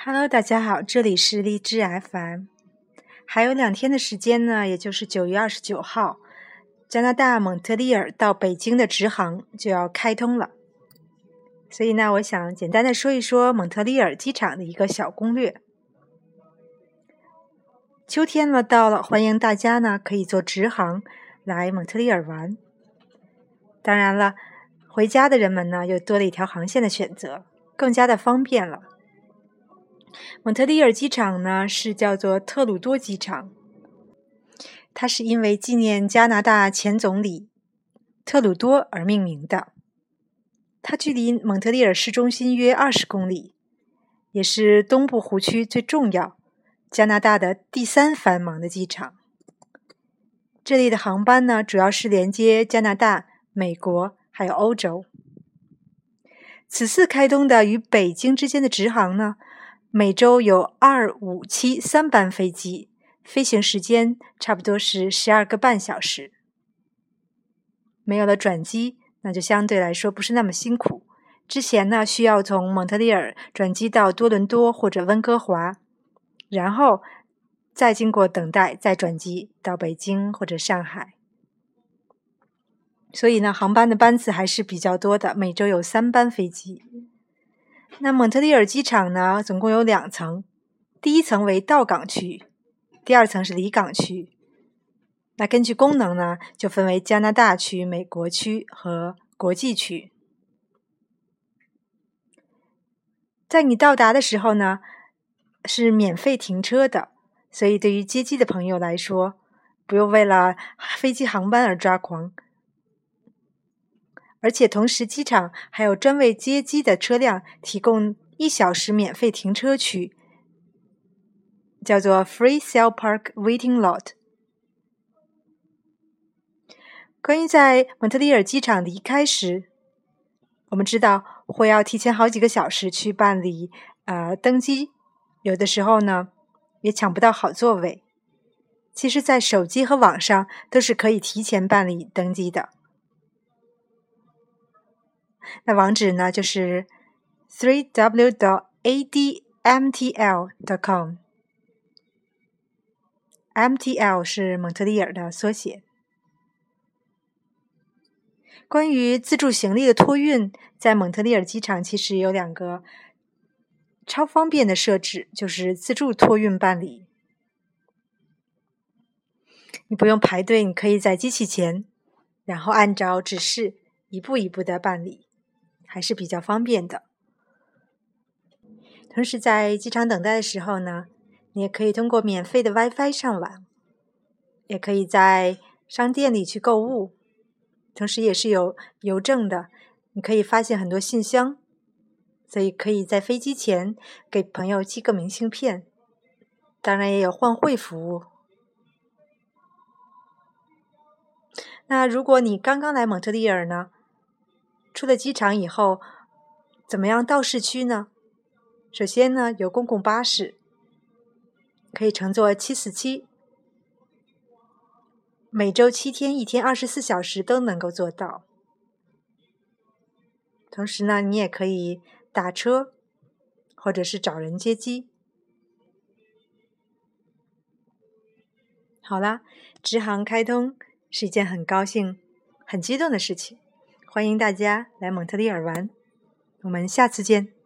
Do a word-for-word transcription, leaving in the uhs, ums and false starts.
Hello， 大家好，这里是荔枝 F M。还有两天的时间呢，也就是九月二十九号，加拿大蒙特利尔到北京的直航就要开通了。所以呢，我想简单的说一说蒙特利尔机场的一个小攻略。秋天呢到了，欢迎大家呢可以坐直航来蒙特利尔玩。当然了，回家的人们呢又多了一条航线的选择，更加的方便了。蒙特利尔机场呢是叫做特鲁多机场，它是因为纪念加拿大前总理特鲁多而命名的。它距离蒙特利尔市中心约二十公里，也是东部湖区最重要、加拿大的第三繁忙的机场。这里的航班呢主要是连接加拿大、美国还有欧洲。此次开通的与北京之间的直航呢，每周有二、五、七三班飞机，飞行时间差不多是十二个半小时。没有了转机，那就相对来说不是那么辛苦。之前呢，需要从蒙特利尔转机到多伦多或者温哥华，然后再经过等待，再转机到北京或者上海。所以呢，航班的班次还是比较多的，每周有三班飞机。那蒙特利尔机场呢，总共有两层，第一层为到港区，第二层是离港区。那根据功能呢，就分为加拿大区、美国区和国际区。在你到达的时候呢，是免费停车的，所以对于接机的朋友来说，不用为了飞机航班而抓狂。而且同时机场还有专为接机的车辆提供一小时免费停车区，叫做 Free Cell Park Waiting Lot。 关于在蒙特利尔机场离开时，我们知道会要提前好几个小时去办理呃登机，有的时候呢也抢不到好座位。其实在手机和网上都是可以提前办理登机的。那网址呢就是 three w dot a d m t l dot com。 M T L 是蒙特利尔的缩写。关于自助行李的托运，在蒙特利尔机场其实有两个超方便的设置，就是自助托运办理。你不用排队，你可以在机器前，然后按照指示一步一步的办理，还是比较方便的。同时在机场等待的时候呢，你也可以通过免费的 WiFi 上网，也可以在商店里去购物，同时也是有邮政的，你可以发现很多信箱，所以可以在飞机前给朋友寄个明信片。当然也有换汇服务。那如果你刚刚来蒙特利尔呢，出了机场以后怎么样到市区呢？首先呢，有公共巴士，可以乘坐七四七，每周七天，一天二十四小时都能够做到。同时呢，你也可以打车，或者是找人接机。好啦，直航开通是一件很高兴、很激动的事情，欢迎大家来蒙特利尔玩，我们下次见。